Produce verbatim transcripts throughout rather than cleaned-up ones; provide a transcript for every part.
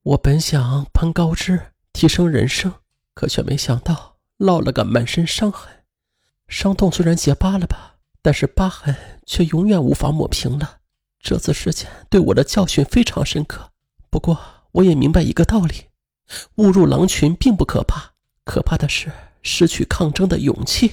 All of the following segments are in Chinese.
我本想攀高枝提升人生，可却没想到落了个满身伤痕。伤痛虽然结疤了吧，但是疤痕却永远无法抹平了。这次事件对我的教训非常深刻，不过我也明白一个道理，误入狼群并不可怕，可怕的是失去抗争的勇气。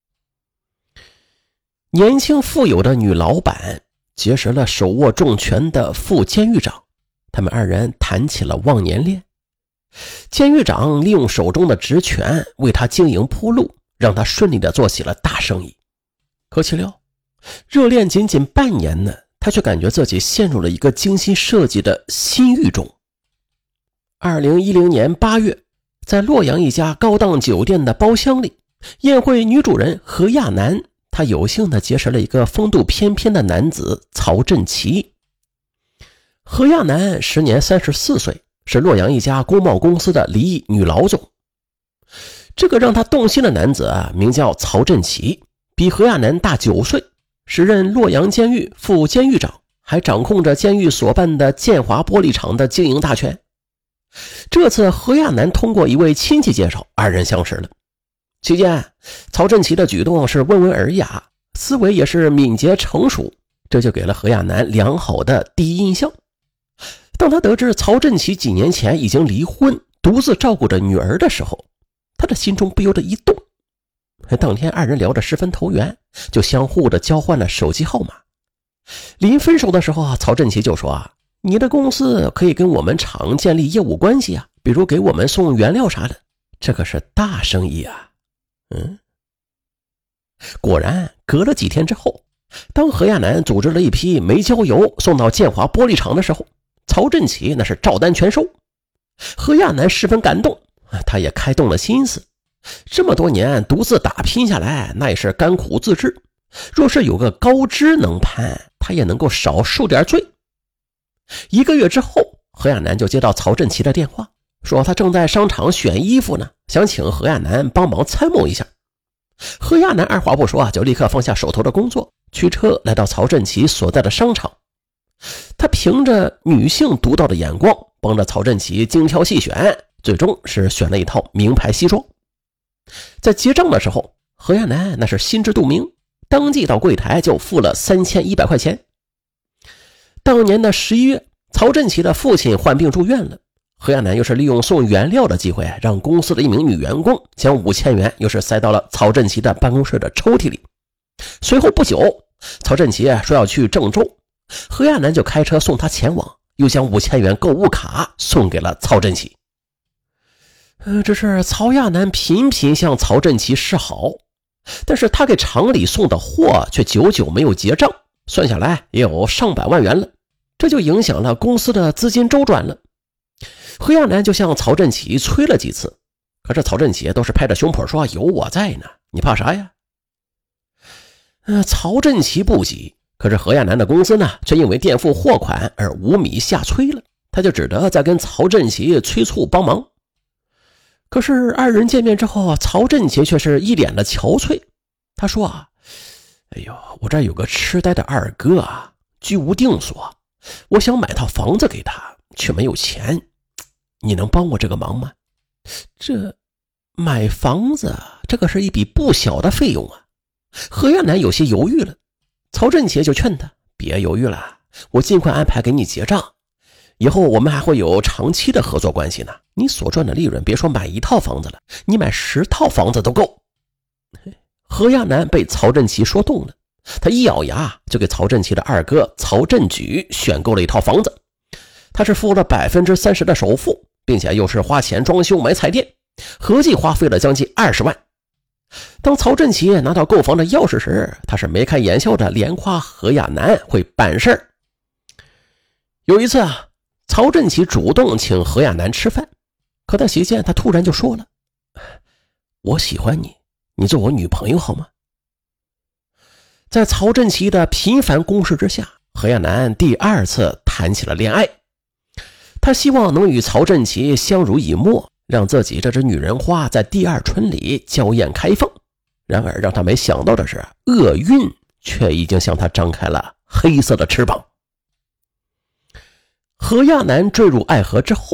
年轻富有的女老板结识了手握重权的副监狱长，他们二人谈起了忘年恋。监狱长利用手中的职权为他经营铺路，让他顺利地做起了大生意。可岂料热恋仅仅半年呢，他却感觉自己陷入了一个精心设计的新狱中。二零一零年八月，在洛阳一家高档酒店的包厢里，宴会女主人何亚楠，她有幸地结识了一个风度翩翩的男子曹振奇。何亚楠时年三十四岁，是洛阳一家工贸公司的离异女老总。这个让她动心的男子啊，名叫曹振奇，比何亚楠大九岁，时任洛阳监狱副监狱长，还掌控着监狱所办的建华玻璃厂的经营大权。这次何亚楠通过一位亲戚介绍，二人相识了。期间曹振奇的举动是温文尔雅，思维也是敏捷成熟，这就给了何亚楠良好的第一印象。当他得知曹振奇几年前已经离婚，独自照顾着女儿的时候，他的心中不由得一动。当天二人聊得十分投缘，就相互的交换了手机号码。临分手的时候，曹振奇就说啊，你的公司可以跟我们厂建立业务关系啊，比如给我们送原料啥的，这可是大生意啊。嗯，果然隔了几天之后，当何亚楠组织了一批煤焦油送到建华玻璃厂的时候，曹振奇那是照单全收。何亚楠十分感动，他也开动了心思，这么多年独自打拼下来，那也是甘苦自知，若是有个高枝能攀，他也能够少受点罪。一个月之后，何亚楠就接到曹振奇的电话，说他正在商场选衣服呢，想请何亚楠帮忙参谋一下。何亚楠二话不说啊，就立刻放下手头的工作，驱车来到曹振奇所在的商场。他凭着女性独到的眼光，帮着曹振奇精挑细选，最终是选了一套名牌西装。在结账的时候，何亚楠那是心知肚明，当即到柜台就付了三千一百块钱。当年的十一月，曹振奇的父亲患病住院了，何亚楠又是利用送原料的机会，让公司的一名女员工将五千元又是塞到了曹振奇的办公室的抽屉里。随后不久，曹振奇说要去郑州，何亚楠就开车送他前往，又将五千元购物卡送给了曹振奇。呃，这是曹亚楠频频向曹振奇示好，但是他给厂里送的货却久久没有结账，算下来也有上百万元了，这就影响了公司的资金周转了。何亚楠就向曹振奇催了几次，可是曹振奇都是拍着胸脯说有我在呢，你怕啥呀？呃，曹振奇不急，可是何亚楠的公司呢，却因为垫付货款而无米下催了，他就只得再跟曹振奇催促帮忙。可是二人见面之后，曹振奇却是一脸的憔悴。他说啊，哎呦，我这有个痴呆的二哥啊，居无定所，我想买套房子给他，却没有钱，你能帮我这个忙吗？这买房子，这可是一笔不小的费用啊。何亚楠有些犹豫了，曹振奇就劝他别犹豫了，我尽快安排给你结账，以后我们还会有长期的合作关系呢。你所赚的利润别说买一套房子了，你买十套房子都够。何亚楠被曹振奇说动了，他一咬牙就给曹振奇的二哥曹振举选购了一套房子。他是付了 百分之三十 的首付，并且又是花钱装修买彩电，合计花费了将近二十万。当曹振奇拿到购房的钥匙时，他是眉开眼笑的连夸何亚楠会办事儿。有一次啊，曹振奇主动请何亚楠吃饭，可在席间他突然就说了，我喜欢你，你做我女朋友好吗？在曹振奇的频繁攻势之下，何亚楠第二次谈起了恋爱。他希望能与曹振奇相濡以沫，让自己这只女人花在第二春里娇艳开放。然而让他没想到的是，厄运却已经向他张开了黑色的翅膀。何亚楠坠入爱河之后，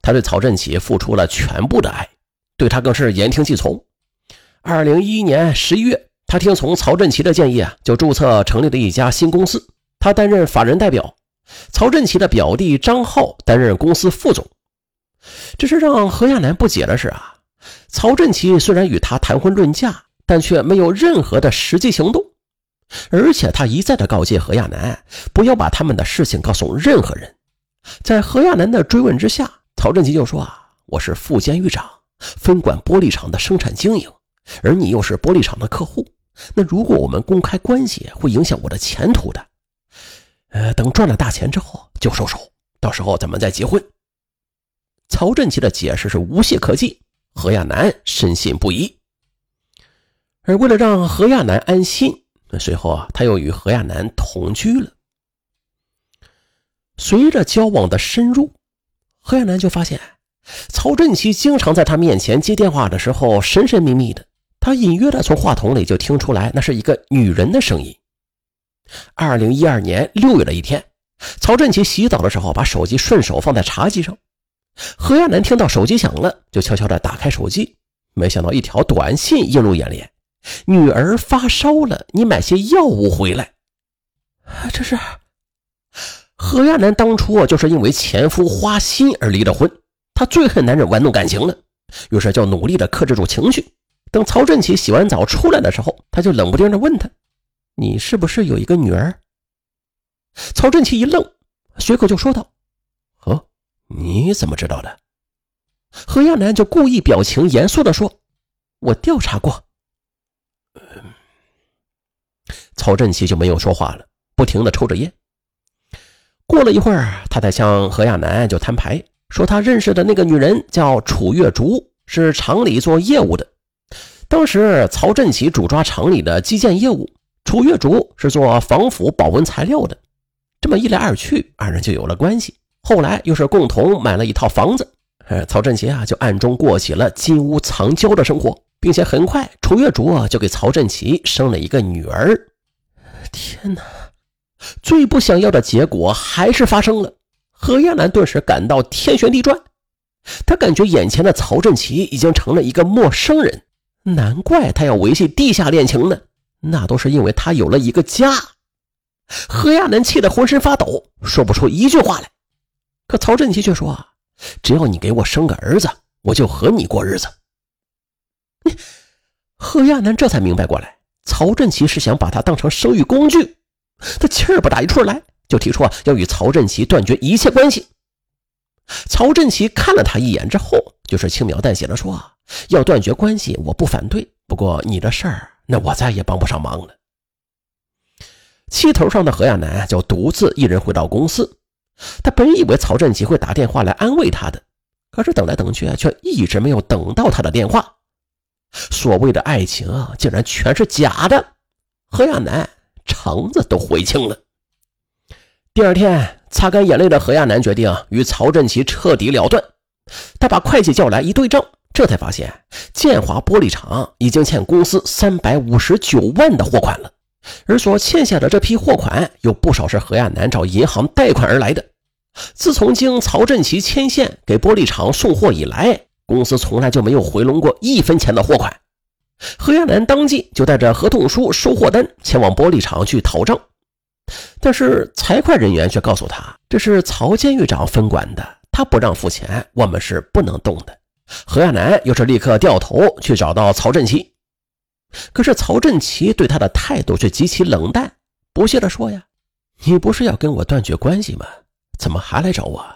他对曹振起付出了全部的爱，对他更是言听计从。二零一一年十一月，他听从曹振起的建议啊，就注册成立了一家新公司，他担任法人代表，曹振起的表弟张浩担任公司副总。只是让何亚楠不解的是啊，曹振起虽然与他谈婚论嫁，但却没有任何的实际行动，而且他一再的告诫何亚楠不要把他们的事情告诉任何人。在何亚楠的追问之下，曹振起就说啊，我是副监狱长，分管玻璃厂的生产经营，而你又是玻璃厂的客户，那如果我们公开关系会影响我的前途的。呃，等赚了大钱之后就收手，到时候咱们再结婚。曹振起的解释是无懈可击，何亚楠深信不疑。而为了让何亚楠安心，随后啊，他又与何亚楠同居了。随着交往的深入，何亚楠就发现曹振起经常在他面前接电话的时候神神秘秘的，他隐约的从话筒里就听出来那是一个女人的声音。二零一二年六月的一天，曹振起洗澡的时候把手机顺手放在茶几上，何亚楠听到手机响了，就悄悄地打开手机，没想到一条短信映入眼帘，女儿发烧了，你买些药物回来。这是何亚楠当初就是因为前夫花心而离了婚，他最恨男人玩弄感情了，于是就努力地克制住情绪。等曹振起洗完澡出来的时候，他就冷不丁地问他，你是不是有一个女儿？曹振起一愣，随口就说道，哦，你怎么知道的？何亚楠就故意表情严肃地说，我调查过。曹振起就没有说话了，不停地抽着烟。过了一会儿，他才向何亚楠就摊牌，说他认识的那个女人叫楚月竹，是厂里做业务的。当时曹振起主抓厂里的基建业务，楚月竹是做防腐保温材料的。这么一来二去，二人就有了关系。后来又是共同买了一套房子，曹振起啊就暗中过起了金屋藏娇的生活，并且很快楚月竹啊就给曹振起生了一个女儿。天哪，最不想要的结果还是发生了。何亚楠顿时感到天旋地转，他感觉眼前的曹振起已经成了一个陌生人，难怪他要维系地下恋情呢，那都是因为他有了一个家。何亚楠气得浑身发抖，说不出一句话来。可曹振起却说啊，只要你给我生个儿子，我就和你过日子。何亚楠这才明白过来，曹振起是想把他当成生育工具。他气儿不打一处来，就提出啊要与曹振起断绝一切关系。曹振起看了他一眼之后，就是轻描淡写的说啊，要断绝关系我不反对，不过你的事儿那我再也帮不上忙了。气头上的何亚楠就独自一人回到公司，他本以为曹振起会打电话来安慰他的，可是等来等去却一直没有等到他的电话。所谓的爱情竟然全是假的，何亚楠肠子都悔青了。第二天，擦干眼泪的何亚楠决定与曹振起彻底了断。他把会计叫来一对账，这才发现建华玻璃厂已经欠公司三百五十九万的货款了，而所欠下的这批货款有不少是何亚楠找银行贷款而来的。自从经曹振起牵线给玻璃厂送货以来，公司从来就没有回笼过一分钱的货款。何亚楠当即就带着合同书、收货单前往玻璃厂去讨账，但是财会人员却告诉他，这是曹监狱长分管的，他不让付钱，我们是不能动的。何亚楠又是立刻掉头去找到曹振起，可是曹振起对他的态度却极其冷淡，不屑地说呀，你不是要跟我断绝关系吗？怎么还来找我？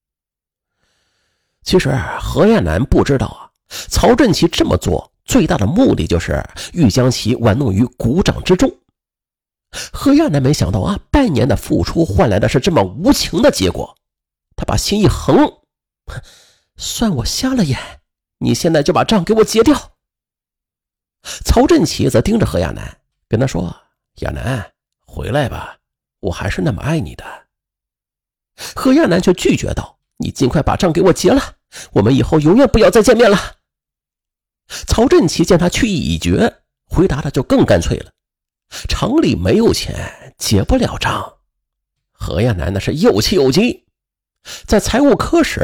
其实何亚楠不知道啊，曹振起这么做最大的目的就是欲将其玩弄于股掌之中。何亚楠没想到啊，半年的付出换来的是这么无情的结果。他把心一横，算我瞎了眼，你现在就把账给我结掉。曹振起则盯着何亚楠，跟他说，亚楠，回来吧，我还是那么爱你的。何亚楠却拒绝道，你尽快把账给我结了，我们以后永远不要再见面了。曹振起见他去意已决，回答的就更干脆了，厂里没有钱，结不了账。何亚楠那是又气又急，在财务科时，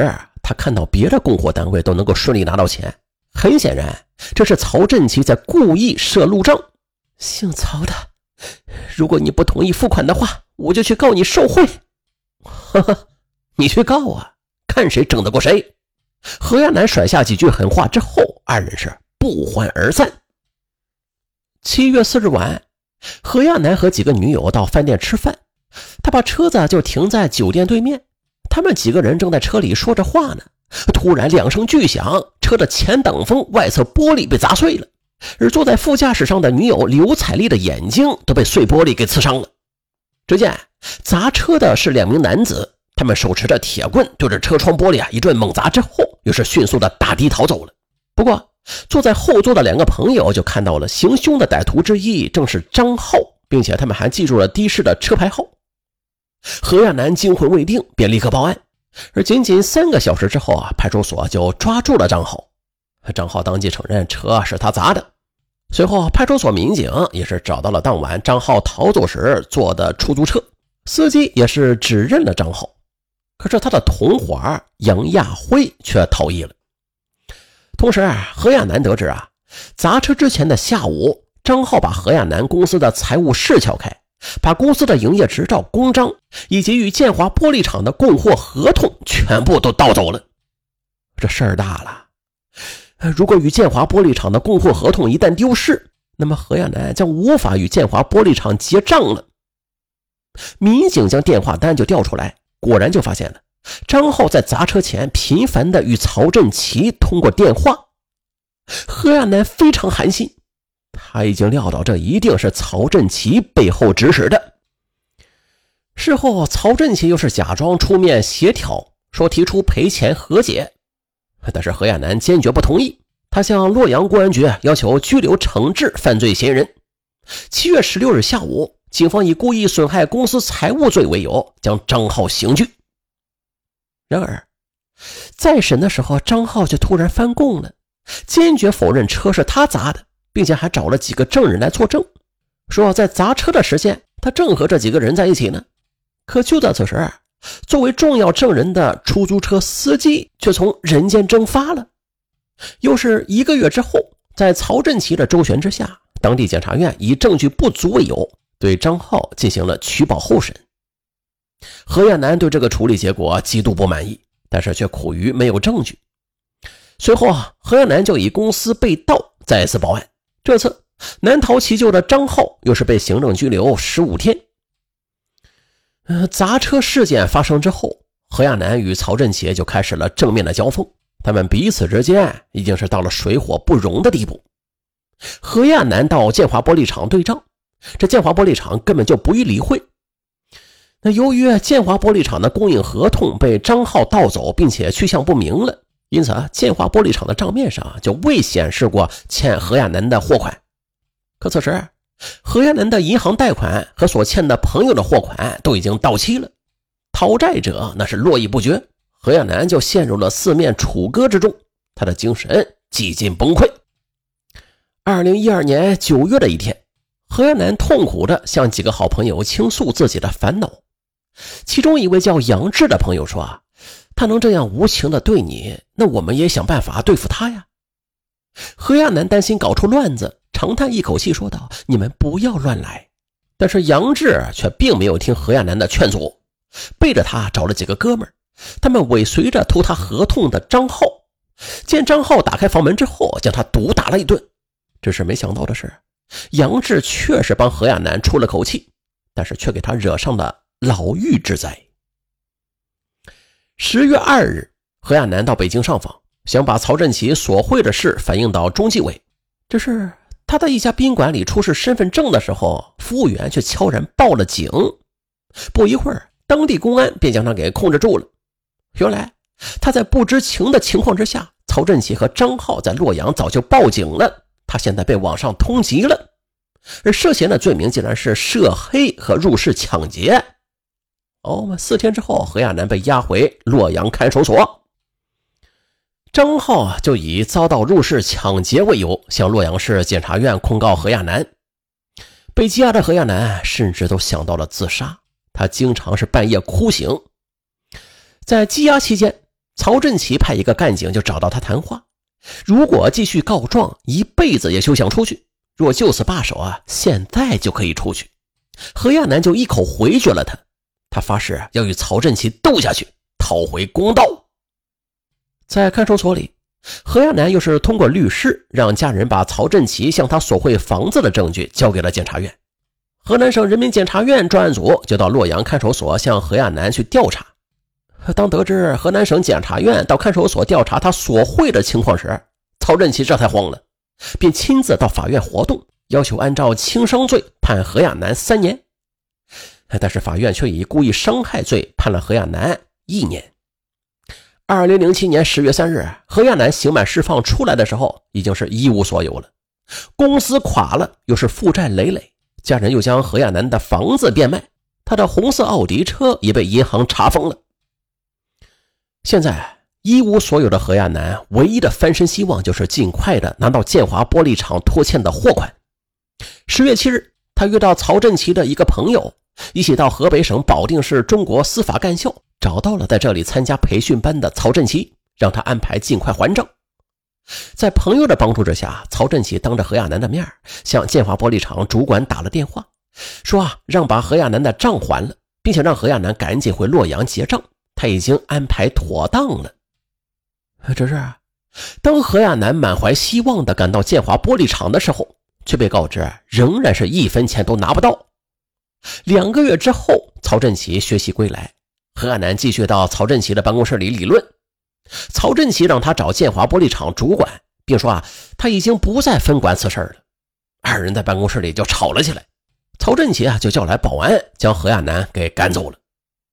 他看到别的供货单位都能够顺利拿到钱，很显然这是曹振奇在故意设路障。姓曹的，如果你不同意付款的话，我就去告你受贿。呵呵，你去告啊，看谁整得过谁。何亚楠甩下几句狠话之后，二人是不欢而散。七月四日晚，何亚楠和几个女友到饭店吃饭，他把车子就停在酒店对面。他们几个人正在车里说着话呢，突然两声巨响，车的前挡风外侧玻璃被砸碎了，而坐在副驾驶上的女友刘彩丽的眼睛都被碎玻璃给刺伤了。只见砸车的是两名男子，他们手持着铁棍对着车窗玻璃啊一阵猛砸之后，又是迅速的打的逃走了。不过坐在后座的两个朋友就看到了行凶的歹徒之一正是张浩，并且他们还记住了的士的车牌号。何亚楠惊魂未定，便立刻报案。而仅仅三个小时之后啊，派出所就抓住了张浩。张浩当即承认车是他砸的。随后派出所民警也是找到了当晚张浩逃走时坐的出租车，司机也是指认了张浩。可是他的同伙杨亚辉却逃逸了。同时何亚楠得知啊，砸车之前的下午，张浩把何亚楠公司的财务室撬开，把公司的营业执照、公章以及与建华玻璃厂的供货合同全部都盗走了。这事儿大了，如果与建华玻璃厂的供货合同一旦丢失，那么何亚楠将无法与建华玻璃厂结账了。民警将电话单就调出来，果然就发现了张浩在砸车前频繁地与曹振奇通过电话。何亚楠非常寒心，他已经料到这一定是曹振奇背后指使的。事后曹振奇又是假装出面协调，说提出赔钱和解，但是何亚楠坚决不同意。他向洛阳公安局要求拘留惩治犯罪嫌疑人。七月十六日下午，警方以故意损害公司财物罪为由将张浩刑拘。然而再审的时候，张浩却突然翻供了，坚决否认车是他砸的，并且还找了几个证人来作证，说在砸车的时间他正和这几个人在一起呢。可就在此时，作为重要证人的出租车司机却从人间蒸发了。又是一个月之后，在曹振奇的周旋之下，当地检察院以证据不足为由，对张浩进行了取保候审。何亚楠对这个处理结果极度不满意，但是却苦于没有证据。随后啊，何亚楠就以公司被盗再次报案。这次难逃其咎的张浩又是被行政拘留十五天。呃，砸车事件发生之后，何亚楠与曹振奇就开始了正面的交锋，他们彼此之间已经是到了水火不容的地步。何亚楠到建华玻璃厂对账，这建华玻璃厂根本就不予理会。那由于建华玻璃厂的供应合同被张浩盗走，并且去向不明了，因此啊，建华玻璃厂的账面上就未显示过欠何亚楠的货款。可此时何亚楠的银行贷款和所欠的朋友的货款都已经到期了，讨债者那是络绎不绝，何亚楠就陷入了四面楚歌之中，他的精神几近崩溃。二零一二年九月的一天，何亚楠痛苦地向几个好朋友倾诉自己的烦恼。其中一位叫杨志的朋友说啊，他能这样无情地对你，那我们也想办法对付他呀。何亚楠担心搞出乱子，长叹一口气说道，你们不要乱来。但是杨志却并没有听何亚楠的劝阻，背着他找了几个哥们儿，他们尾随着偷他合同的张浩。见张浩打开房门之后，将他毒打了一顿。只是没想到的是，杨志确实帮何亚楠出了口气，但是却给他惹上了牢狱之灾。十月二日，何亚楠到北京上访，想把曹振奇索贿的事反映到中纪委。只是他在一家宾馆里出示身份证的时候，服务员却悄然报了警。不一会儿，当地公安便将他给控制住了。原来他在不知情的情况之下，曹振奇和张浩在洛阳早就报警了，他现在被网上通缉了，而涉嫌的罪名竟然是涉黑和入室抢劫。哦，四天之后，何亚楠被押回洛阳看守所。张浩就以遭到入室抢劫为由，向洛阳市检察院控告何亚楠。被羁押的何亚楠甚至都想到了自杀，他经常是半夜哭醒。在羁押期间， 曹振奇派一个干警就找到他谈话，如果继续告状，一辈子也休想出去，若就此罢手啊，现在就可以出去。何亚楠就一口回绝了他，他发誓要与曹振奇斗下去，讨回公道。在看守所里，何亚楠又是通过律师让家人把曹振奇向他索贿房子的证据交给了检察院。河南省人民检察院专案组就到洛阳看守所向何亚楠去调查。当得知河南省检察院到看守所调查他索贿的情况时，曹振奇这才慌了，便亲自到法院活动，要求按照轻伤罪判何亚楠三年。但是法院却以故意伤害罪判了何亚楠一年。二零零七年十月三日，何亚楠刑满释放出来的时候，已经是一无所有了，公司垮了，又是负债累累，家人又将何亚楠的房子变卖，他的红色奥迪车也被银行查封了。现在一无所有的何亚楠唯一的翻身希望就是尽快的拿到建华玻璃厂拖欠的货款。十月七日，他约到曹振奇的一个朋友，一起到河北省保定市中国司法干校，找到了在这里参加培训班的曹振奇，让他安排尽快还账。在朋友的帮助之下，曹振奇当着何亚楠的面向建华玻璃厂主管打了电话，说啊，让把何亚楠的账还了，并且让何亚楠赶紧回洛阳结账，他已经安排妥当了。只是当何亚楠满怀希望地赶到建华玻璃厂的时候，却被告知仍然是一分钱都拿不到。两个月之后，曹振奇学习归来，何亚楠继续到曹振奇的办公室里理论。曹振奇让他找建华玻璃厂主管，并说啊，他已经不再分管此事了。二人在办公室里就吵了起来，曹振奇啊就叫来保安将何亚楠给赶走了。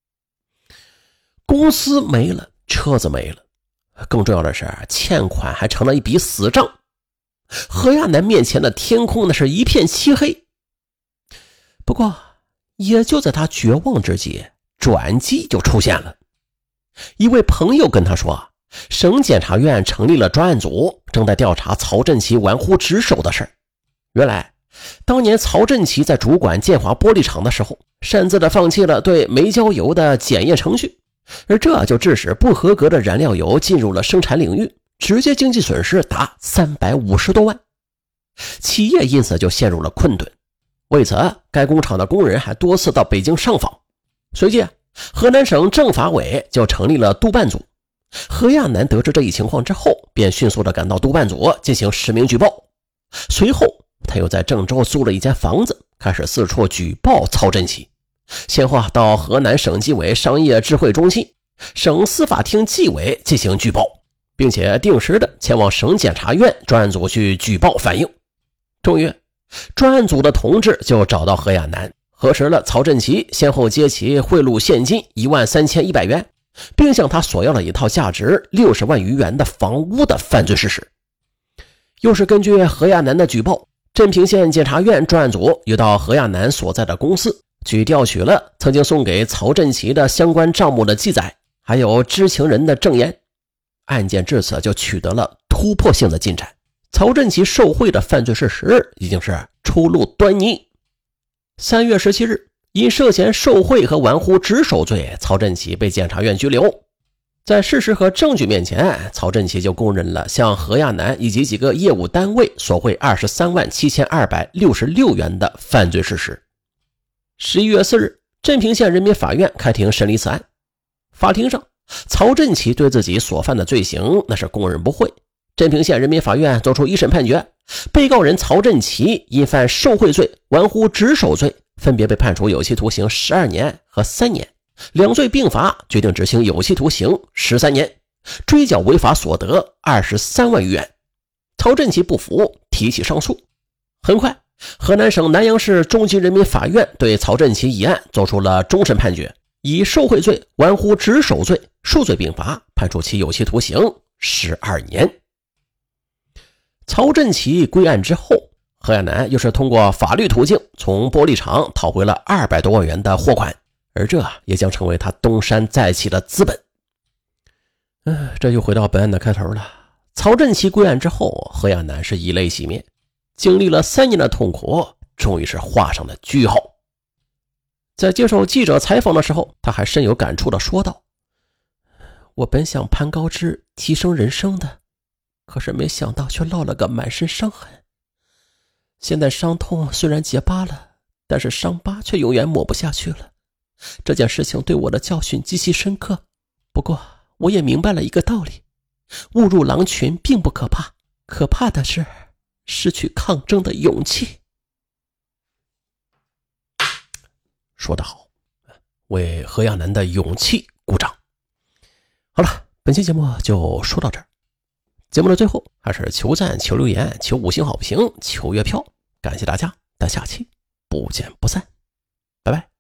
公司没了，车子没了，更重要的是欠款还成了一笔死账。何亚楠面前的天空那是一片漆黑。不过也就在他绝望之际，转机就出现了。一位朋友跟他说，省检察院成立了专案组，正在调查曹振奇玩忽职守的事。原来当年曹振奇在主管建华玻璃厂的时候，擅自的放弃了对煤焦油的检验程序，而这就致使不合格的燃料油进入了生产领域，直接经济损失达三百五十多万，企业因此就陷入了困顿。为此，该工厂的工人还多次到北京上访。随即河南省政法委就成立了督办组。何亚楠得知这一情况之后，便迅速的赶到督办组进行实名举报。随后他又在郑州租了一间房子，开始四处举报曹振奇，先后到河南省纪委商业智慧中心、省司法厅纪委进行举报，并且定时的前往省检察院专案组去举报反映。终于专案组的同志就找到何亚楠，核实了曹振奇先后接其贿赂现金一万三千一百元，并向他索要了一套价值六十万余元的房屋的犯罪事实。又是根据何亚楠的举报，镇平县检察院专案组又到何亚楠所在的公司去调取了曾经送给曹振奇的相关账目的记载，还有知情人的证言。案件至此就取得了突破性的进展，曹振奇受贿的犯罪事实已经是初露端倪。三月十七日，因涉嫌受贿和玩忽职守罪，曹振奇被检察院拘留。在事实和证据面前，曹振奇就供认了向何亚楠以及几个业务单位索贿二十三万七千二百六十六元的犯罪事实。十一月四日，镇平县人民法院开庭审理此案。法庭上，曹振奇对自己所犯的罪行那是供认不讳。镇平县人民法院作出一审判决，被告人曹振奇因犯受贿罪、玩忽职守罪，分别被判处有期徒刑十二年和三年，两罪并罚，决定执行有期徒刑十三年，追缴违法所得二十三万余元。曹振奇不服，提起上诉。很快，河南省南阳市中级人民法院对曹振奇一案作出了终审判决，以受贿罪、玩忽职守罪数罪并罚，判处其有期徒刑十二年。曹振奇归案之后，何亚楠又是通过法律途径从玻璃厂讨回了二百多万元的货款，而这也将成为他东山再起的资本。嗯，这又回到本案的开头了。曹振奇归案之后，何亚楠是以泪洗面，经历了三年的痛苦，终于是画上了句号。在接受记者采访的时候，他还深有感触地说道： 我本想攀高枝提升人生的，可是没想到却落了个满身伤痕。现在伤痛虽然结疤了，但是伤疤却永远抹不下去了。这件事情对我的教训极其深刻，不过我也明白了一个道理，误入狼群并不可怕，可怕的是失去抗争的勇气。说得好，为何亚楠的勇气鼓掌。好了，本期节目就说到这儿。节目的最后还是求赞、求留言、求五星好评、求月票，感谢大家，咱下期不见不散，拜拜。